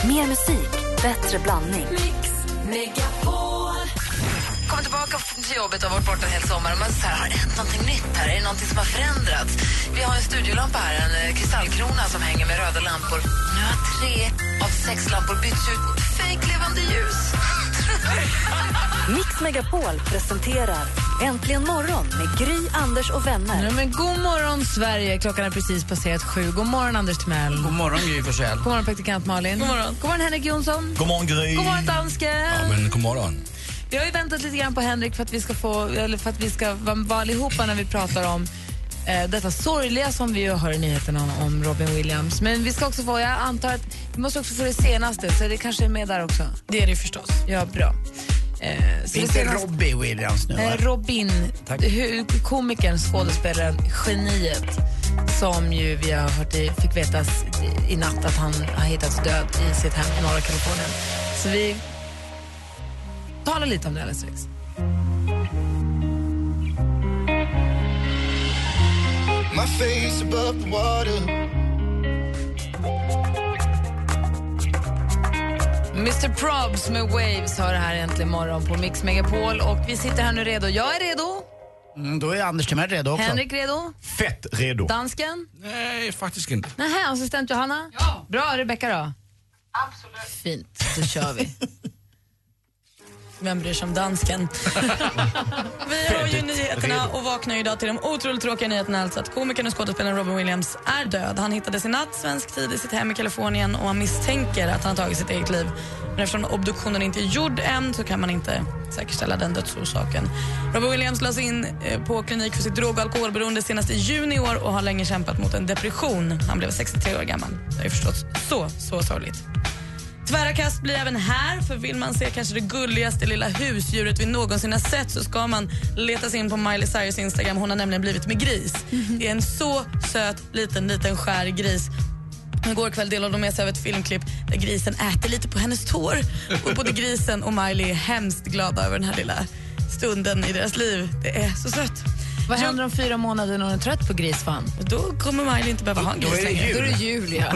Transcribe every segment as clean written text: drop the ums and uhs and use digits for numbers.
Mer musik, bättre blandning. Mix Megapol. Kommer tillbaka till jobbet och har varit borta en hel sommar. Och man så här, har det hänt någonting nytt här? Är det någonting som har förändrats? Vi har en studiolampa här, en kristallkrona som hänger med röda lampor. Nu har 3 av 6 lampor bytts ut mot fejklevande ljus. Mix Megapol presenterar Äntligen morgon med Gry, Anders och vänner. Ja, men god morgon Sverige, klockan är precis passerat 7. God morgon Anders Timell. God morgon Gry Forssell. God morgon praktikant Malin. God morgon. God morgon Henrik Jonsson. God morgon Gry. God morgon dansken. Ja, men god morgon. Vi har ju väntat lite grann på Henrik för att vi ska vara allihopa när vi pratar om detta sorgliga som vi hör i nyheterna om Robin Williams. Men vi ska också få, jag antar att vi måste också få det senaste, så det kanske är med där också. Det är det förstås. Ja, bra. Så inte Robbie Williams nu, va? Robin, komikern, skådespelaren, geniet som ju vi har hört fick veta i natt att han har hittats död i sitt hem i norra Kalifornien. Så vi talar lite om det alldeles strax. My face above the water. Mr. Probs med Waves har det här äntligen morgon på Mix Megapol. Och vi sitter här nu redo. Jag är redo. Då är Anders Timell redo också. Henrik redo. Fett redo. Dansken. Nej, faktiskt inte. Nej, assistent Johanna. Ja. Bra, Rebecca då? Absolut. Fint, då kör vi. Vem bryr sig om dansken? Vi har ju nyheterna och vaknar ju idag till de otroligt tråkiga nyheterna, alltså att komikern och skådespelaren Robin Williams är död. Han hittades i natt svensk tid i sitt hem i Kalifornien och man misstänker att han har tagit sitt eget liv. Men eftersom obduktionen inte är gjord än så kan man inte säkerställa den dödsorsaken. Robin Williams lades in på klinik för sitt drog- och alkoholberoende senast i juni i år och har länge kämpat mot en depression. Han blev 63 år gammal. Det är förstås så sorgligt. Tvära kast blir även här, för vill man se kanske det gulligaste lilla husdjuret vi någonsin har sett så ska man leta sig in på Miley Cyrus Instagram. Hon har nämligen blivit med gris. Det är en så söt liten skär gris. Igår kväll delade de med sig av ett filmklipp där grisen äter lite på hennes tår. Och både grisen och Miley är hemskt glada över den här lilla stunden i deras liv. Det är så sött. Vad händer om 4 månader när hon är trött på grisfan? Då kommer Miley inte behöva ha en gris längre. Då är det jul, ja.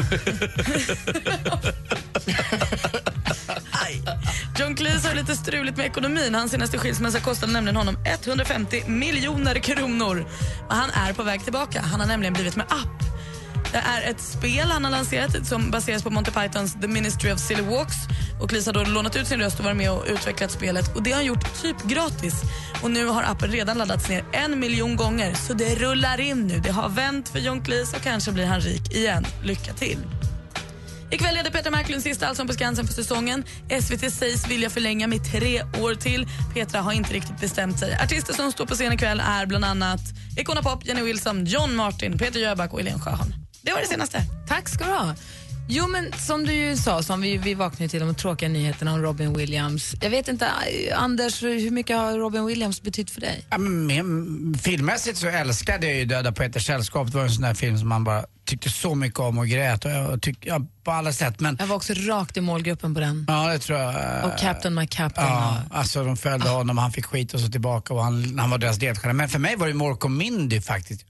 John Cleese har lite struligt med ekonomin. Hans senaste skilsmässa kostade nämligen honom 150 miljoner kronor. Och han är på väg tillbaka. Han har nämligen blivit med app. Det är ett spel han har lanserat som baseras på Monty Pythons The Ministry of Silly Walks. Och Cleese har då lånat ut sin röst och varit med och utvecklat spelet. Och det har han gjort typ gratis. Och nu har appen redan laddats ner 1 miljon gånger. Så det rullar in nu. Det har vänt för John Cleese och kanske blir han rik igen. Lycka till! Ikväll är det Petra Marklunds sista Allsång på Skansen för säsongen. SVT sägs vilja förlänga med 3 år till. Petra har inte riktigt bestämt sig. Artister som står på scen ikväll är bland annat Icona Pop, Jenny Wilson, John Martin, Peter Jöback och Helene Sjöholm. Det var det senaste. Tack ska du ha. Jo, men som du ju sa, som vi vaknade till de tråkiga nyheterna om Robin Williams. Jag vet inte, Anders, hur mycket har Robin Williams betytt för dig? Ja, men filmmässigt så älskade jag ju Döda på ett sällskap. Det var en sån där film som man bara tyckte så mycket om och grät. Och jag tyckte på alla sätt. Men jag var också rakt i målgruppen på den. ja, det tror jag. Och Captain My Captain. Ja, alltså de följde honom, han fick skit och så tillbaka och han var deras delstjärna. Men för mig var det Mork och Mindy faktiskt.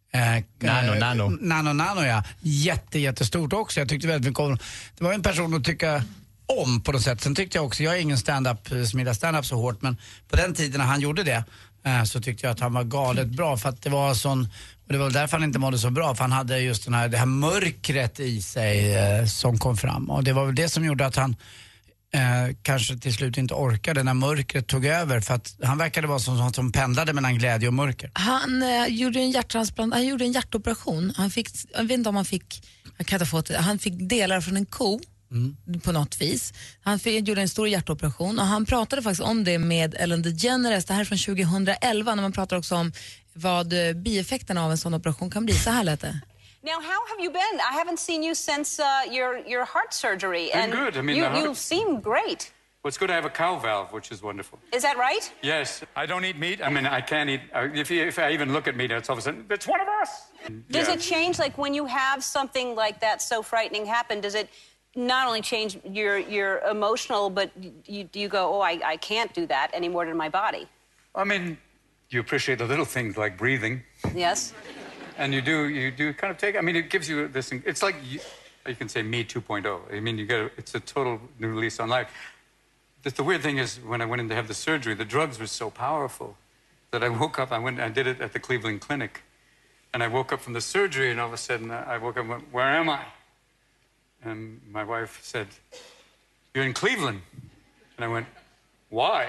Nano, ja. Jättestort också. Jag tyckte väldigt mycket om. Det var en person att tycka om på något sätt. Sen tyckte jag också, jag är ingen stand-up som gillar stand-up så hårt, men på den tiden när han gjorde det så tyckte jag att han var galet bra, för att det var sån, och det var därför han inte mådde så bra, för han hade just det här mörkret i sig som kom fram, och det var väl det som gjorde att han kanske till slut inte orkade när mörkret tog över, för att han verkade vara som pendlade mellan glädje och mörker. Han gjorde en hjärtoperation. Jag vet inte om han fick delar från en ko på något vis. Han gjorde en stor hjärtoperation och han pratade faktiskt om det med Ellen DeGeneres. Det här är från 2011 när man pratar också om vad bieffekterna av en sån operation kan bli. Så här lät det. Now, how have you been? I haven't seen you since your heart surgery. Been good. I mean, you seem great. Well, it's good to have a cow valve, which is wonderful. Is that right? Yes. I don't eat meat. I mean, I can't eat. If I even look at meat, it's all of a sudden, it's one of us. Does it change, like, when you have something like that so frightening happen, does it not only change your emotional, but do you go, oh, I can't do that anymore to my body? I mean, you appreciate the little things like breathing. Yes. And you do kind of take, I mean, it gives you this, it's like you can say me 2.0. I mean, it's a total new lease on life. The weird thing is, when I went in to have the surgery, the drugs were so powerful that I woke up. I did it at the Cleveland Clinic, and I woke up from the surgery, and all of a sudden I woke up and went, "Where am I?" And my wife said, "You're in Cleveland." And I went, "Why?"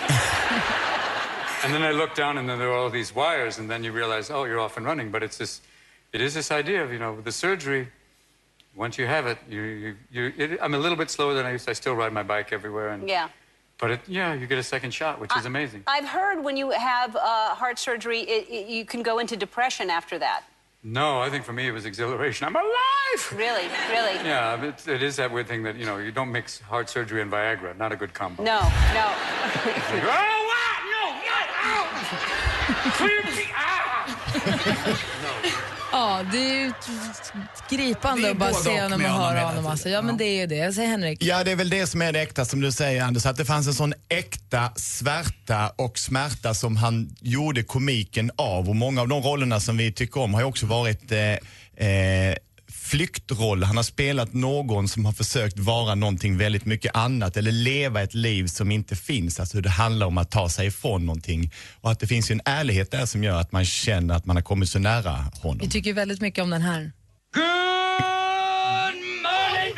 And then I looked down, and then there were all these wires, and then you realize, oh, you're off and running. But it is this idea of, with the surgery, once you have it, I'm a little bit slower than I used to. I still ride my bike everywhere. And, but you get a second shot, which is amazing. I've heard when you have heart surgery, you can go into depression after that. No, I think for me it was exhilaration. I'm alive! Really? Yeah, it is that weird thing that, you don't mix heart surgery and Viagra. Not a good combo. No. Like, oh, what? No, Ja, det är ju gripande att bara se honom och höra honom. Alltså. Ja, men det är ju det. Säger Henrik. Ja, det är väl det som är det äkta, som du säger, Anders. Att det fanns en sån äkta svärta och smärta som han gjorde komiken av. Och många av de rollerna som vi tycker om har ju också varit flyktroll. Han har spelat någon som har försökt vara någonting väldigt mycket annat eller leva ett liv som inte finns. Alltså det handlar om att ta sig ifrån någonting. Och att det finns ju en ärlighet där som gör att man känner att man har kommit så nära honom. Vi tycker väldigt mycket om den här. Good morning,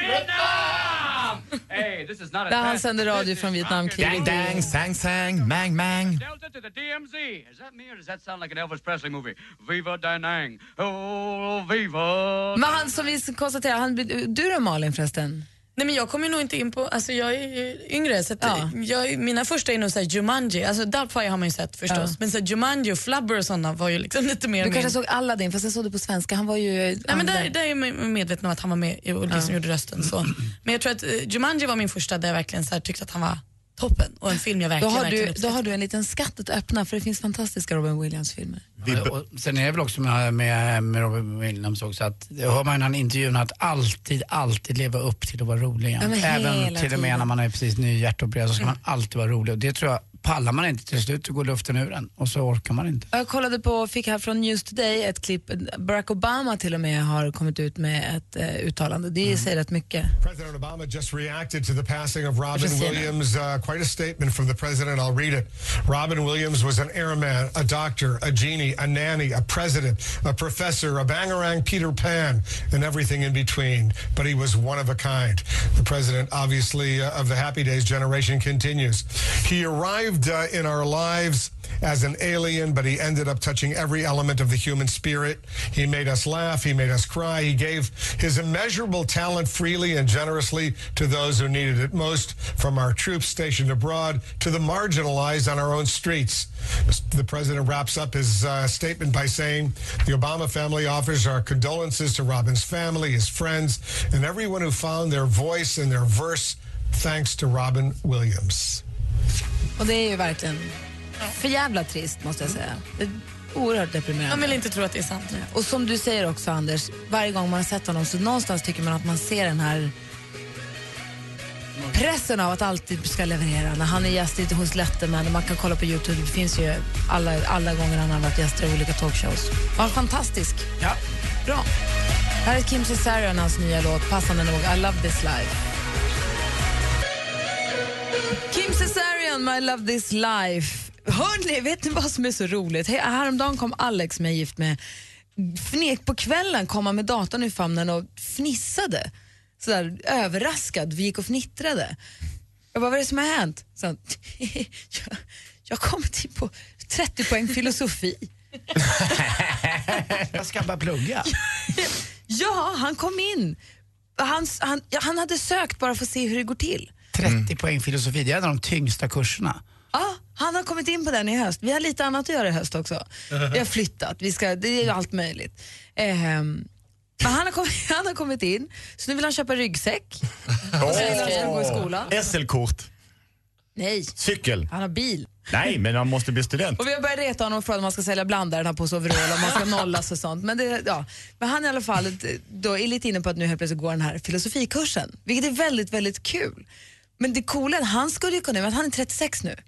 Vietnam! Hey, this is not a där han sänder radio från Vietnamkriget. Dang, dang, sang, sang, mang, mang. Delta to the DMZ. Is that me or does that sound like an Elvis Presley movie? Viva Danang. Oh, viva. Men han, som vi konstaterar, du då Malin förresten? Nej, men jag kommer nog inte in på, alltså jag är ju yngre så att mina första är nog såhär Jumanji, alltså Doubtfire har man ju sett förstås, men såhär Jumanji och Flubber och sådana var ju liksom lite mer. Du kanske såg Aladdin, fast jag såg det på svenska, han var ju... Nej, men där är jag medveten om att han var med och liksom gjorde rösten så. Men jag tror att Jumanji var min första där jag verkligen så här tyckte att han var toppen och en film jag verkligen då har du en liten skatt att öppna, för det finns fantastiska Robin Williams-filmer. Och sen är det väl också med Robin Williams också att hör man i den intervjun att alltid leva upp till att vara rolig. Även till och med när man är precis ny hjärtopererad så ska man alltid vara rolig. Och det tror jag pallar man inte till slut, går luften ur den och så orkar man inte. Jag fick här från News Today ett klipp, Barack Obama till och med har kommit ut med ett uttalande. Det säger rätt mycket. President Obama just reacted to the passing of Robin Williams. Quite a statement from the president. I'll read it. Robin Williams was an airman, a doctor, a genie, a nanny, a president, a professor, a bangarang Peter Pan, and everything in between. But he was one of a kind. The president, obviously, of the Happy Days generation continues. He arrived in our lives as an alien, but he ended up touching every element of the human spirit. He made us laugh. He made us cry. He gave his immeasurable talent freely and generously to those who needed it most, from our troops stationed abroad to the marginalized on our own streets. The president wraps up his statement by saying, the Obama family offers our condolences to Robin's family, his friends, and everyone who found their voice in their verse, thanks to Robin Williams. Och det är ju verkligen för jävla trist, måste jag säga. Det är oerhört deprimerande. Man vill inte tro att det är sant. Och som du säger också, Anders, varje gång man har sett honom så någonstans tycker man att man ser den här pressen av att alltid ska leverera. När han är gäst hos Letterman och man kan kolla på YouTube, det finns ju alla gånger han har varit gäster i olika talkshows. Han är fantastisk. Ja. Bra. Här är Kim Cesarion, hans nya låt, passande nog, I Love This Life. Kim Cesarion, I Love This Life. Hörrni, vet ni vad som är så roligt? Häromdagen kom Alex, som jag är gift med, på kvällen kom han med datorn i famnen och fnissade. Sådär överraskad, vi gick och fnittrade. Jag bara, vad är det som har hänt? Så, jag kom till på 30 poäng filosofi. Jag ska bara plugga. Ja, han kom in. Han hade sökt bara för att se hur det går till. 30 poäng filosofi, det är en av de tyngsta kurserna. Ja, han har kommit in på den i höst. Vi har lite annat att göra i höst också. Vi har flyttat, det är ju allt möjligt. Men han har kommit in, så nu vill han köpa ryggsäck. Och så vill han ska gå i skolan. SL-kort. Nej. Cykel. Han har bil. Nej, men han måste bli student. Och vi har börjat reta honom för att man ska sälja blandaren på overall och man ska nollas och sånt. Men han i alla fall då är lite inne på att nu helt plötsligt går den här filosofikursen. Vilket är väldigt, väldigt kul. Men det coola är att han skulle ju kunna, men han är 36 nu.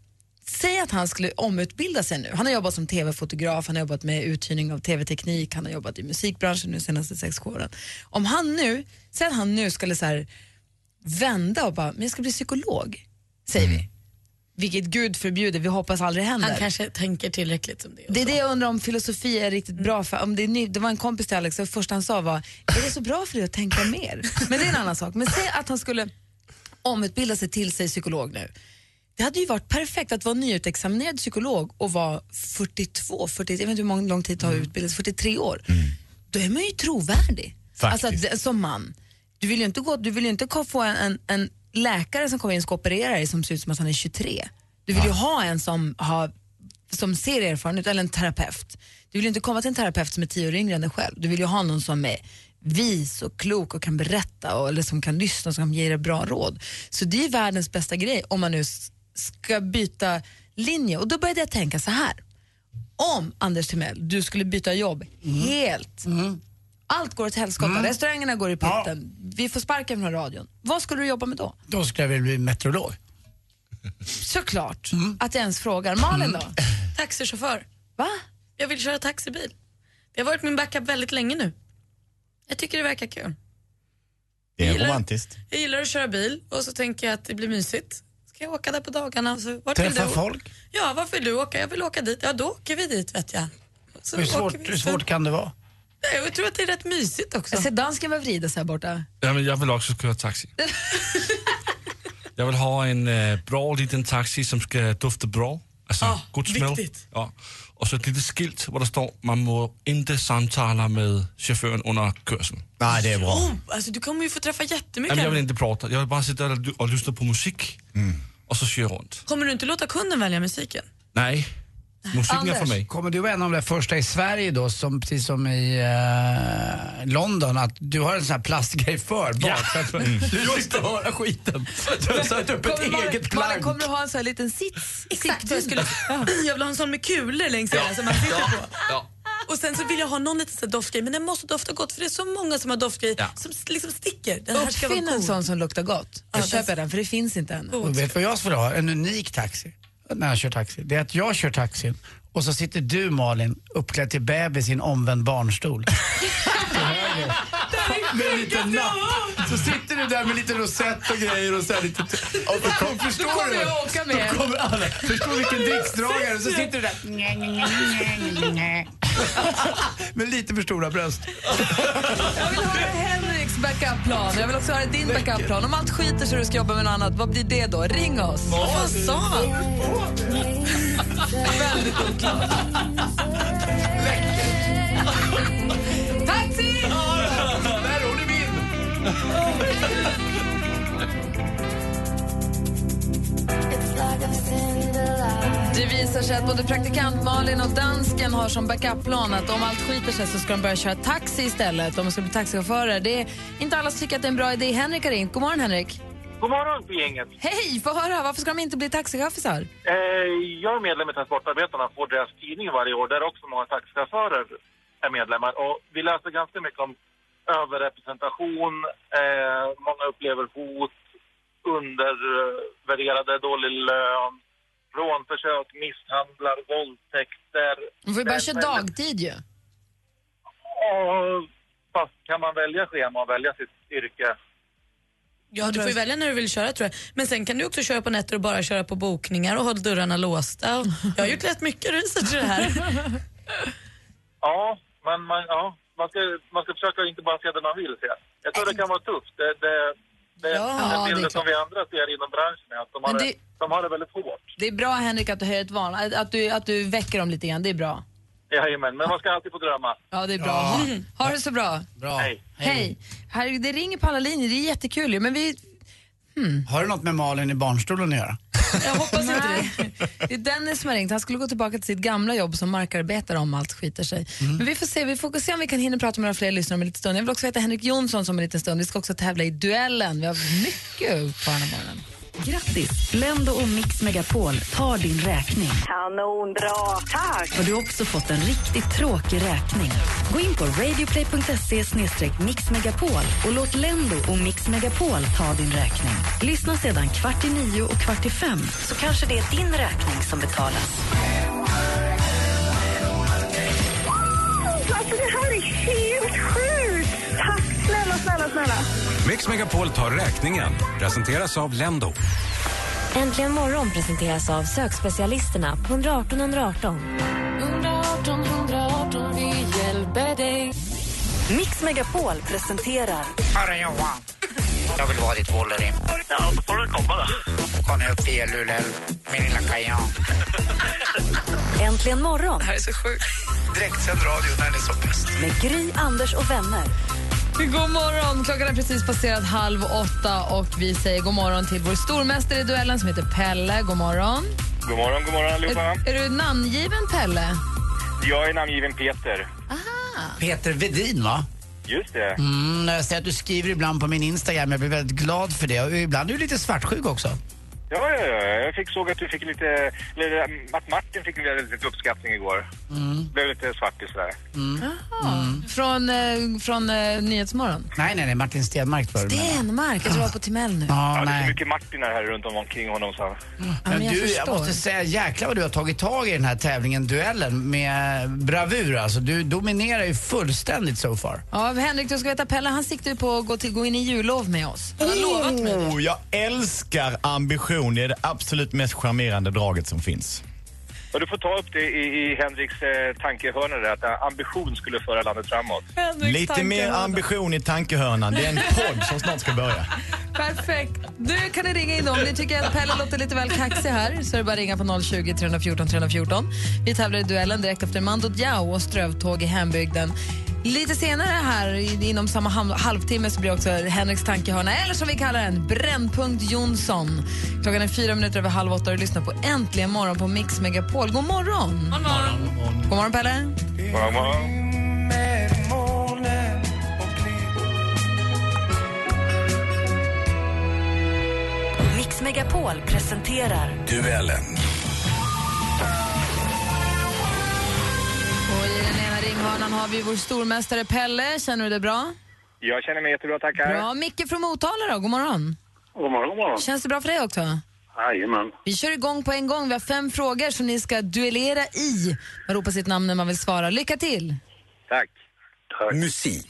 säg att han skulle omutbilda sig nu. Han har jobbat som tv-fotograf, han har jobbat med uthyrning av tv-teknik, han har jobbat i musikbranschen nu senaste 6 åren. Om han nu, säg att han nu skulle så här vända och bara, men jag ska bli psykolog, säger vi. Vilket Gud förbjuder, vi hoppas aldrig händer. Han kanske tänker tillräckligt som det. Det är det jag undrar om filosofi är riktigt bra för. Om det, det var en kompis till Alex och första han sa var, är det så bra för dig att tänka mer? Men det är en annan sak. Men säg att han skulle omutbilda sig till sig psykolog nu. Det hade ju varit perfekt att vara nyutexaminerad psykolog och vara 42, jag vet inte hur lång tid det har utbildat, 43 år. Då är man ju trovärdig. Faktiskt. Alltså som man. Du vill ju inte få en läkare som kommer in och ska operera dig som ser ut som att han är 23. Du vill ju ha en som ser erfarenhet, eller en terapeut. Du vill ju inte komma till en terapeut som är 10 år yngre än dig själv. Du vill ju ha någon som är vis och klok och kan berätta eller som kan lyssna och som kan ge dig bra råd. Så det är världens bästa grej om man nu ska byta linje. Och då började jag tänka så här. Om Anders Timell, du skulle byta jobb helt. Allt går åt helskotta, restaurangerna går i putten. Vi får sparka från radion. Vad skulle du jobba med då? Då skulle jag vilja bli meteorolog. Såklart, att jag ens frågar. Malin då? Taxichaufför. Va? Jag vill köra taxibil. Det har varit min backup väldigt länge nu. Jag tycker det verkar kul. Det är romantiskt. Jag gillar att köra bil och så tänker jag att det blir mysigt. Ska jag åka där på dagarna? Så, träffa folk? Ja, vart vill du åka? Jag vill åka dit. Ja, då åker vi dit, vet jag. Så hur svårt kan det vara? Jag tror att det är rätt mysigt också. Jag ser dansken var vridas här borta. Ja, men jag vill också köra taxi. Jag vill ha en bra liten taxi som ska dofta bra. Alltså, god smäll. Ja. Och så ett litet skilt där det står, man må inte samtala med chauffören under körseln. Nej, det är bra. Alltså, du kommer ju få träffa jättemycket. Men jag vill inte prata, jag vill bara sitta där och lyssna på musik. Och så köra runt. Kommer du inte låta kunden välja musiken? Nej. Musiken Anders, är för mig. Kommer du vara en av de första i Sverige då, som, precis som i London, att du har en sån här plastgrej för bak? Du slipper höra skiten. Du har satt upp ett eget plank. Kommer du ha en sån här liten sits? Exakt, jag vill ha en sån med kulor längs hela som man sitter på. Ja. Och sen så vill jag ha någon liten sån doftgrej, men den måste dofta gott för det är så många som har doftgrej som liksom sticker. Den här ska vara Uppfinn en cool. sån som luktar gott. Jag köper den, för det finns inte än. Och vet vad jag skulle ha? En unik taxi. När jag kör taxi. Det är att jag kör taxin och så sitter du, Malin, uppklädd till bebis i en omvänd barnstol. Med en liten napp. Så sitter du där med lite rosett och grejer och så här lite... Förstår då kommer jag åka med. Då kommer alla. Förstår vilken dricksdragare. Så sitter du där. Med lite för stora bröst. Jag vill höra Henriks backup-plan. Jag vill också höra din backup-plan. Om allt skiter så du ska jobba med något annat, vad blir det då? Ring oss. Vad sa han? Väldigt oklart. Taxi! Där har du min! Det visar sig att både praktikant Malin och dansken har som backup-plan att om allt skiter sig så ska de börja köra taxi istället. Om de ska bli taxichaufförer. Det är inte alla som tycker att det är en bra idé. Henrik har ringt. God morgon, Henrik. God morgon på gänget. Hej, få höra. Varför ska de inte bli taxichaufförer? Jag är medlem i Transportarbetarna och får deras tidning varje år där också många taxichaufförer är medlemmar. Och vi läser ganska mycket om överrepresentation, många upplever hot, undervärderade, dålig lön, rånförsök, misshandlar, våldtäkter. De får ju bara köra dagtid ju. Fast kan man välja schema och välja sitt yrke? Ja, du får ju välja när du vill köra, tror jag. Men sen kan du också köra på nätter och bara köra på bokningar och hålla dörrarna låsta. Och jag har gjort rätt mycket research i det här. Ja, men man ska försöka inte bara se det man vill se. Jag tror det kan vara tufft. Det bilden som vi andra ser inom branschen är att de har det väldigt hårt. Det är bra, Henrik, att du höjer ett varn. Att du väcker dem lite grann, det är bra. Jajamän, men man ska alltid få drömma. Ja, det är bra. Ha det så bra. Bra. Hej. Här, det ringer på alla linjer, det är jättekul. Men vi... Har du något med Malin i barnstolen att göra? Jag hoppas inte det. Det är Dennis som har ringt. Han skulle gå tillbaka till sitt gamla jobb som markarbetare om allt skiter sig. Men vi får se om vi kan hinna prata med några fler lyssnare om en liten stund. Jag vill också veta Henrik Jonsson som en liten stund. Vi ska också tävla i duellen. Vi har mycket på den här morgonen. Grattis! Lendo och Mix Megapol tar din räkning. Kanon, bra, tack! Har du också fått en riktigt tråkig räkning? Gå in på radioplay.se/mixmegapol och låt Lendo och Mix Megapol ta din räkning. Lyssna sedan 8:45 och 8:45 så kanske det är din räkning som betalas. Alltså, det här är helt sjukt! Tack snälla. Mix Megapol tar räkningen. Presenteras av Lendo. Äntligen morgon presenteras av sökspecialisterna på 118 118. 118 118, vi hjälper dig. Mix Megapol presenterar... Hörru Johan, jag vill vara ditt Wolverine. Ja, då får du komma då. Kom upp till Luleå, min lilla kajan. Äntligen morgon. Det här är så sjukt. Direktsänd radio när det är som bäst. Med Gry, Anders och vänner. God morgon, klockan är precis passerat 7:30 och vi säger god morgon till vår stormästare i duellen som heter Pelle. God morgon. God morgon allihopa. Är du namngiven Pelle? Jag är namngiven Peter. Aha. Peter Vedin, va? Just det. Jag ser att du skriver ibland på min Instagram. Jag blir väldigt glad för det. Och ibland är du lite svartsjuk också. Ja. Jag såg att du fick att Martin fick lite uppskattning igår. Blev lite svartis där. Från Nyhetsmorgon? Nej, Martin Stenmark var det. Stenmark, jag tror jag var på Timell nu. Det är så mycket Martinar här runt omkring honom. Så. Men jag måste säga, jäklar vad du har tagit tag i den här tävlingen, duellen, med bravur. Alltså, du dominerar ju fullständigt so far. Ja, Henrik, du ska veta, Pelle, han siktar ju på att gå in i jullov med oss. Han har lovat mig det. Jag älskar ambition. Det är det absolut mest charmerande draget som finns. Och du får ta upp det i Henriks tankehörna där, att ambition skulle föra landet framåt. Lite mer ambition i tankehörnan. Det är en podd som snart ska börja. Perfekt. Du kan ringa in om ni tycker att Pelle låter lite väl kaxig här, så är det bara ringa på 020 314 314. Vi tävlar i duellen direkt efter Mando Diao och strövtåg i hembygden. Lite senare här, inom samma halvtimme, så blir också Henriks tankehörna, eller som vi kallar den, Brännpunkt Jonsson. Klockan är 7:04 och du lyssnar på Äntligen morgon på Mix Megapol. God morgon! God morgon! God morgon, Pelle! God morgon! Mix Megapol presenterar Duellen. Och i den ena ringhörnan har vi vår stormästare Pelle. Känner du det bra? Jag känner mig jättebra, tackar. Bra. Micke från Motala då, god morgon. God morgon. Känns det bra för dig också? Jajamän. Vi kör igång på en gång. Vi har 5 frågor som ni ska duellera i. Man ropar sitt namn när man vill svara. Lycka till! Tack. Musik.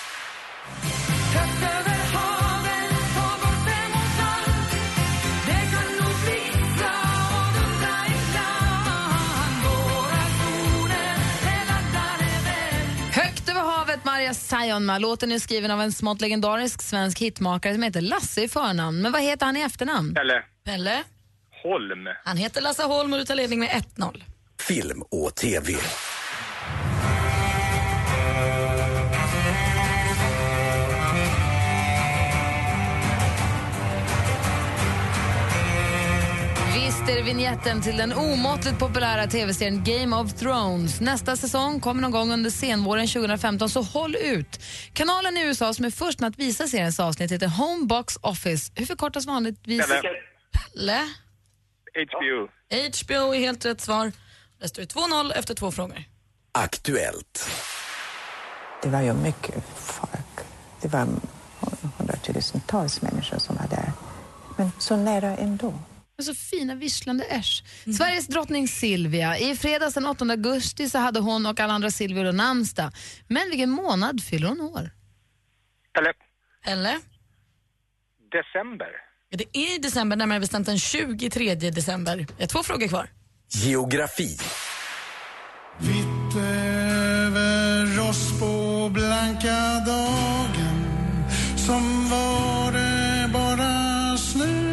Högt över havet, Maria Saijonmaa. Låten är skriven av en smått legendarisk svensk hitmakare som heter Lasse i förnamn. Men vad heter han i efternamn? Pelle. Holm. Han heter Lasse Holm och du tar ledning med 1-0. Film och TV. Visst är det vignetten till den omåttligt populära tv-serien Game of Thrones. Nästa säsong kommer någon gång under senvåren 2015, så håll ut. Kanalen i USA som är först med att visa seriens avsnitt heter Homebox Office. Hur förkortas vanligtvis? Pelle. HBO. HBO är helt rätt svar. Där står det 2-0 efter 2 frågor. Aktuellt. Det var ju mycket folk. Det var 100-tusentals människor som var där. Men så nära ändå. Så fina visslande äsch. Sveriges drottning Silvia. I fredags den 8 augusti så hade hon och alla andra Silvior namnsdag. Men vilken månad fyller hon år? Eller? December. Ja, det är i december, närmare bestämt den 23 december. Jag har 2 frågor kvar. Geografi. Vitt över oss på blanka dagen, som var det bara snö.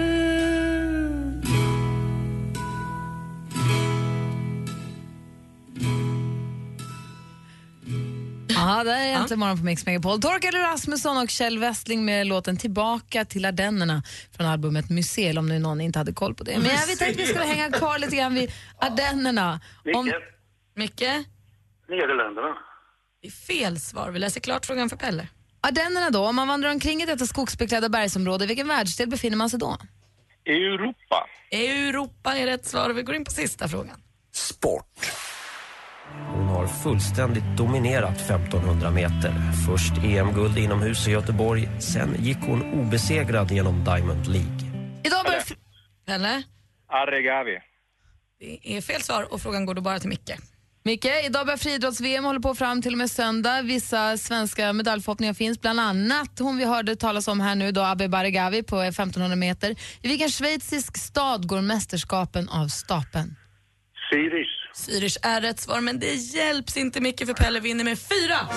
Ja, det är egentligen morgon på Mix Megapol. Torkel Rasmusson och Kjell Westling med låten Tillbaka till Ardennerna från albumet Museum, om nu någon inte hade koll på det. Men jag vet att vi skulle hänga kvar lite grann vid Ardennerna. Micke? Nederländerna. Det är fel svar. Vi läser klart frågan för Pelle. Ardennerna då, om man vandrar omkring i detta skogsbeklädda bergsområde, vilken världsdel befinner man sig då? Europa. Europa är rätt svar och vi går in på sista frågan. Sport. Hon har fullständigt dominerat 1500 meter. Först EM-guld inomhus i Göteborg. Sen gick hon obesegrad genom Diamond League. Idag börjar... Eller? Arregawi. Det är fel svar och frågan går då bara till Micke. Micke, idag börjar friidrotts-VM, håller på fram till och med söndag. Vissa svenska medaljförhoppningar finns, bland annat hon vi hörde talas om här nu då, Abbe Baregawi på 1500 meter. I vilken schweizisk stad går mästerskapen av stapeln? Zürich är rätt svar, men det hjälps inte mycket för Pelle vinner med 4-1.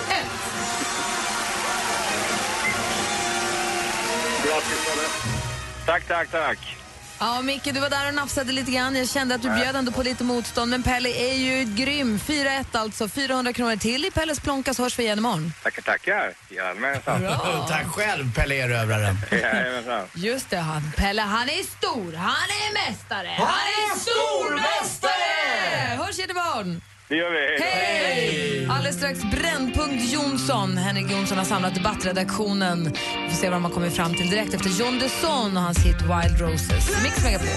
Tack. Ja, Micke, du var där och nafsade lite grann. Jag kände att du bjöd ändå på lite motstånd. Men Pelle är ju grym. 4-1 alltså. 400 kronor till i Pelles plånkas. Hörs vi igen imorgon. Tackar. Bra. Tack själv, Pelle erövraren. Just det, Pelle, han är stor. Han är mästare. Han är stormästare! Hörs igen imorgon. Det gör vi. Hej! Alldeles strax Brännpunkt Jonsson. Henrik Jonsson har samlat debattredaktionen. Vi får se vad man kommer fram till direkt efter John Desson och hans hit Wild Roses. Mix Megapol.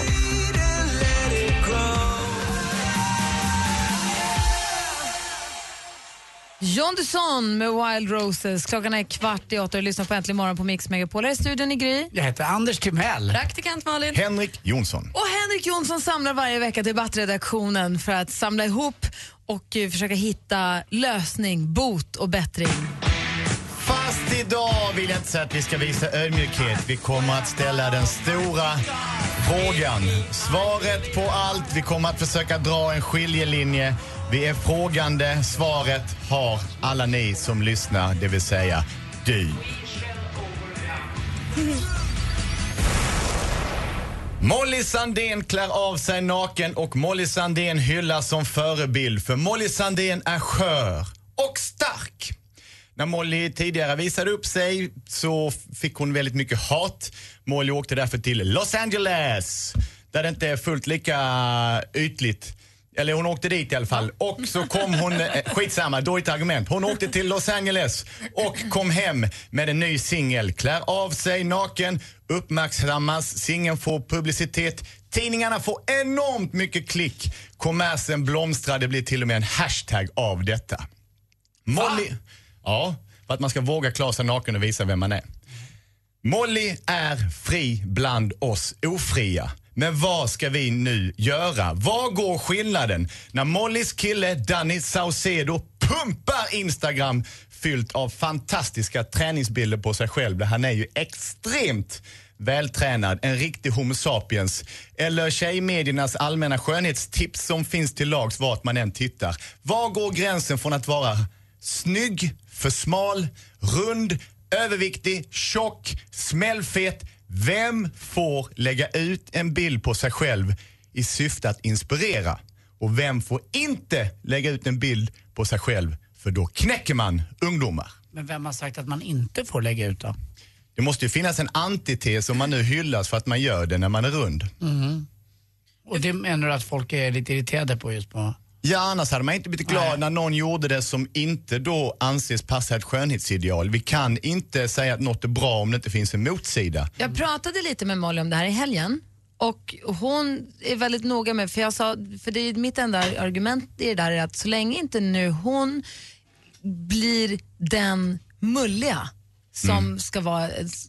John Desson med Wild Roses. Klockan är 7:15 och lyssnar på Äntligen morgon på Mix Megapol. Här är studion i Gry. Jag heter Anders Timell. Praktikant Malin. Henrik Jonsson. Och Henrik Jonsson samlar varje vecka debattredaktionen för att samla ihop och försöka hitta lösning, bot och bättring. Fast idag vill jag inte säga att vi ska visa ödmjukhet. Vi kommer att ställa den stora frågan. Svaret på allt. Vi kommer att försöka dra en skiljelinje. Vi är frågande. Svaret har alla ni som lyssnar, det vill säga du. Molly Sandén klär av sig naken och Molly Sandén hyllas som förebild. För Molly Sandén är skör och stark. När Molly tidigare visade upp sig så fick hon väldigt mycket hat. Molly åkte därför till Los Angeles, där det inte är fullt lika ytligt. Eller hon åkte dit i alla fall. Och så kom hon, skitsamma, dåligt argument. Hon åkte till Los Angeles och kom hem med en ny singel. Klär av sig naken, uppmärksammas, singeln får publicitet. Tidningarna får enormt mycket klick. Kommersen blomstrar, det blir till och med en hashtag av detta. Molly... Ja, för att man ska våga klä sig naken och visa vem man är. Molly är fri bland oss ofria. Men vad ska vi nu göra? Vad går skillnaden när Mollys kille Danny Saucedo pumpar Instagram fyllt av fantastiska träningsbilder på sig själv? Han är ju extremt vältränad, en riktig homo sapiens. Eller tjejmediernas allmänna skönhetstips som finns till lags vart man än tittar. Var går gränsen från att vara snygg, för smal, rund, överviktig, tjock, smällfet? Vem får lägga ut en bild på sig själv i syfte att inspirera? Och vem får inte lägga ut en bild på sig själv, för då knäcker man ungdomar? Men vem har sagt att man inte får lägga ut då? Det måste ju finnas en antites om man nu hyllas för att man gör det när man är rund. Mm. Och det menar du att folk är lite irriterade på just på? Ja, annars hade man inte blivit glad när någon gjorde det som inte då anses passa ett skönhetsideal. Vi kan inte säga att något är bra om det inte finns en motsida. Jag pratade lite med Molly om det här i helgen och hon är väldigt noga med, för jag sa, för det är mitt enda argument i det där är att så länge inte nu hon blir den mulliga som ska vara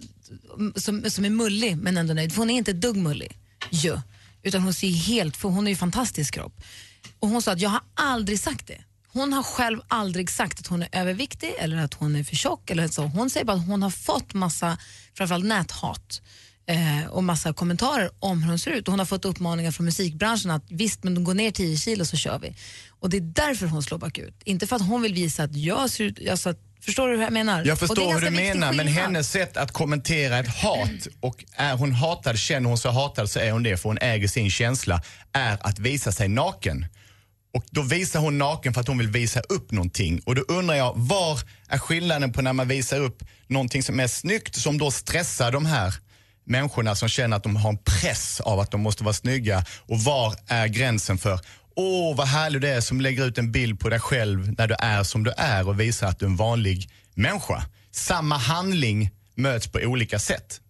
som är mullig men ändå nöjd, för hon är inte dugg mullig utan hon ser helt, för hon är ju fantastisk kropp. Och hon sa att jag har aldrig sagt det. Hon har själv aldrig sagt att hon är överviktig eller att hon är för tjock eller så. Hon säger bara att hon har fått massa, framförallt näthat och massa kommentarer om hur hon ser ut. Och hon har fått uppmaningar från musikbranschen att visst, men gå ner 10 kilo så kör vi. Och det är därför hon slår bakut. Inte för att hon vill visa att jag ser ut, alltså, förstår du hur jag menar? Jag förstår hur du menar, men hennes sätt att kommentera ett hat, och är hon hatad, känner hon sig hatad så är hon det, för hon äger sin känsla, är att visa sig naken. Och då visar hon naken för att hon vill visa upp någonting. Och då undrar jag, var är skillnaden på när man visar upp någonting som är snyggt, som då stressar de här människorna som känner att de har en press av att de måste vara snygga, och var är gränsen för vad härlig det är som lägger ut en bild på dig själv när du är som du är och visar att du är en vanlig människa. Samma handling möts på olika sätt.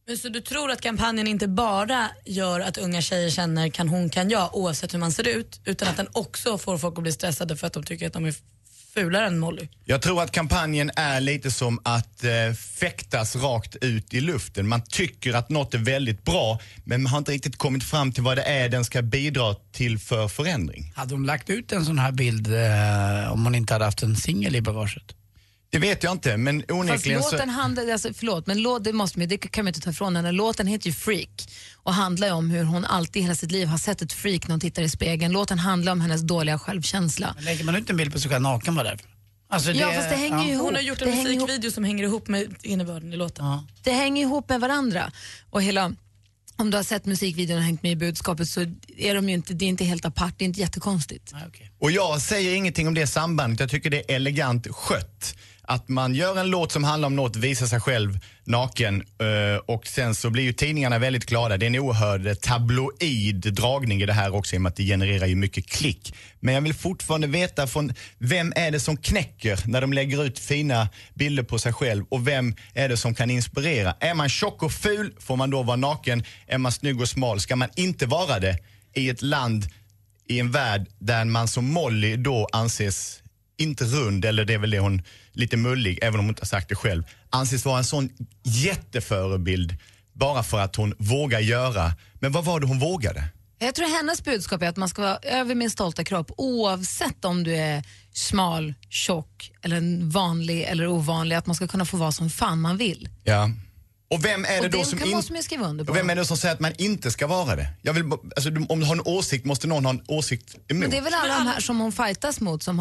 Men så du tror att kampanjen inte bara gör att unga tjejer känner kan jag oavsett hur man ser ut, utan att den också får folk att bli stressade för att de tycker att de är fulare än Molly? Jag tror att kampanjen är lite som att fäktas rakt ut i luften. Man tycker att något är väldigt bra, men man har inte riktigt kommit fram till vad det är den ska bidra till för förändring. Hade hon lagt ut en sån här bild om hon inte hade haft en singel i bagaget? Det vet jag inte, men onekligen fast låten handlar, alltså, förlåt, men det kan man inte ta ifrån henne. Låten heter ju Freak och handlar om hur hon alltid hela sitt liv har sett ett freak när hon tittar i spegeln. Låten handlar om hennes dåliga självkänsla. Men lägger man ut en bild på sig själv naken var därför? Alltså ja, fast det hänger ju ihop. Hon har gjort en musikvideo som hänger ihop med innebörden i låten. Ja. Det hänger ihop med varandra. Och hela, om du har sett musikvideon och hängt med i budskapet så är de ju inte, det är inte helt apart, det är inte jättekonstigt. Okay. Och jag säger ingenting om det sambandet, jag tycker det är elegant skött. Att man gör en låt som handlar om något, visar sig själv naken och sen så blir ju tidningarna väldigt glada. Det är en oerhörd tabloid dragning i det här också i och med att det genererar ju mycket klick. Men jag vill fortfarande veta från vem är det som knäcker när de lägger ut fina bilder på sig själv och vem är det som kan inspirera. Är man tjock och ful får man då vara naken, är man snygg och smal ska man inte vara det i ett land, i en värld där man som Molly då anses inte rund, eller det är väl det hon lite mullig, även om hon inte har sagt det själv, anses vara en sån jätteförebild bara för att hon vågar göra. Men vad var det hon vågade? Jag tror hennes budskap är att man ska vara över min stolta kropp oavsett om du är smal, tjock eller vanlig eller ovanlig, att man ska kunna få vara som fan man vill. Ja. Och vem är det då vem är det som säger att man inte ska vara det? Jag vill, alltså, om du har en åsikt måste någon ha en åsikt emot. Men det är väl alla de här som hon fightas mot, som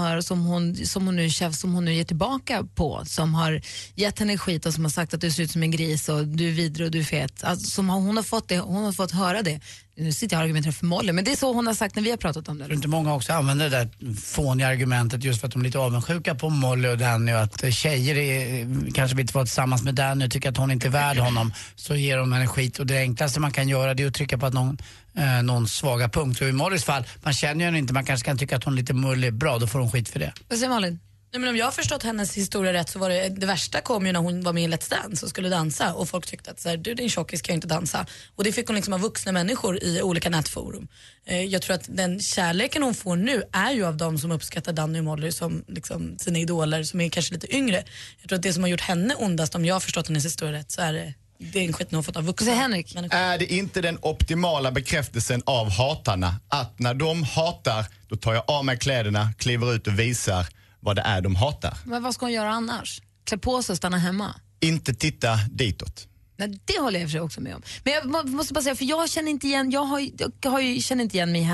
hon nu ger tillbaka på, som har gett henne skit och som har sagt att du ser ut som en gris och du är vidrig och du är fet. Alltså, som hon har fått höra det. Nu sitter jag och argumenterar för Molly, men det är så hon har sagt när vi har pratat om det. Jag tror inte många också använder det där fåniga argumentet just för att de är lite avundsjuka på Molly och Danny och att tjejer kanske vill vara tillsammans med Danny och tycker att hon inte är värd honom, så ger de henne skit. Och det enklaste man kan göra det är att trycka på att någon svaga punkt. Och i Mollys fall, man känner ju inte, man kanske kan tycka att hon är lite mullig bra, då får hon skit för det. Vad säger Malin? Nej, men om jag har förstått hennes historia rätt så var det värsta kom ju när hon var med i Let's Dance och skulle dansa och folk tyckte att så här, du din tjockis kan ju inte dansa. Och det fick hon liksom av vuxna människor i olika nätforum. Jag tror att den kärleken hon får nu är ju av de som uppskattar Danny och Molly som liksom sina idoler som är kanske lite yngre. Jag tror att det som har gjort henne ondast, om jag har förstått hennes historia rätt, så är det är en skit hon har fått av vuxna. Henrik. Är det inte den optimala bekräftelsen av hatarna att när de hatar, då tar jag av mig kläderna, kliver ut och visar vad det är de hatar? Men vad ska hon göra annars? Klä på sig och stanna hemma? Inte titta ditåt. Nej, det håller jag för sig också med om. Men jag måste bara säga, för jag känner inte igen, känner inte igen mig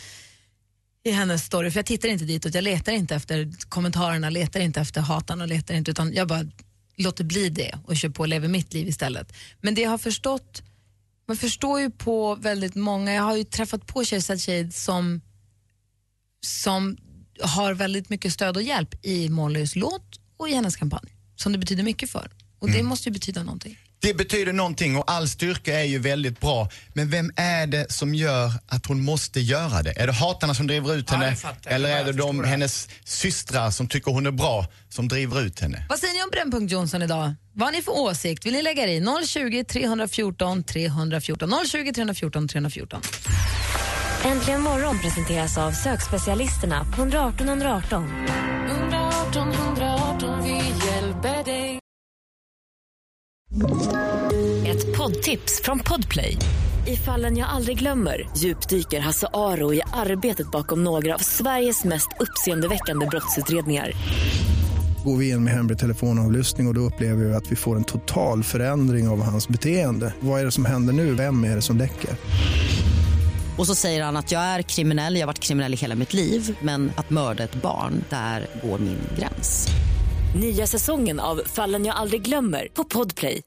i hennes story, för jag tittar inte ditåt, jag letar inte efter kommentarerna, letar inte efter hatarna, letar inte, utan jag bara låter bli det och kör på och lever mitt liv istället. Men det jag har förstått, man förstår ju på väldigt många, jag har ju träffat på tjejer som har väldigt mycket stöd och hjälp i Mollys låt och i hennes kampanj, som det betyder mycket för. Och det måste ju betyda någonting. Det betyder någonting och all styrka är ju väldigt bra. Men vem är det som gör att hon måste göra det? Är det hatarna som driver ut henne? Eller är det hennes systrar som tycker hon är bra som driver ut henne? Vad säger ni om Brännpunkt Jonsson idag? Vad har ni för åsikt? Vill ni lägga det i 020-314 314 020-314 314? Äntligen morgon presenteras av sökspecialisterna på 118 118. 118 118, vi hjälper dig. Ett poddtips från Podplay. I Fallen jag aldrig glömmer djupdyker Hasse Aro i arbetet bakom några av Sveriges mest uppseendeväckande brottsutredningar. Går vi in med hemlig telefonavlyssning och då upplever vi att vi får en total förändring av hans beteende. Vad är det som händer nu? Vem är det som läcker? Och så säger han att jag är kriminell, jag har varit kriminell i hela mitt liv, men att mörda ett barn, där går min gräns. Nya säsongen av Fallen jag aldrig glömmer på Podplay.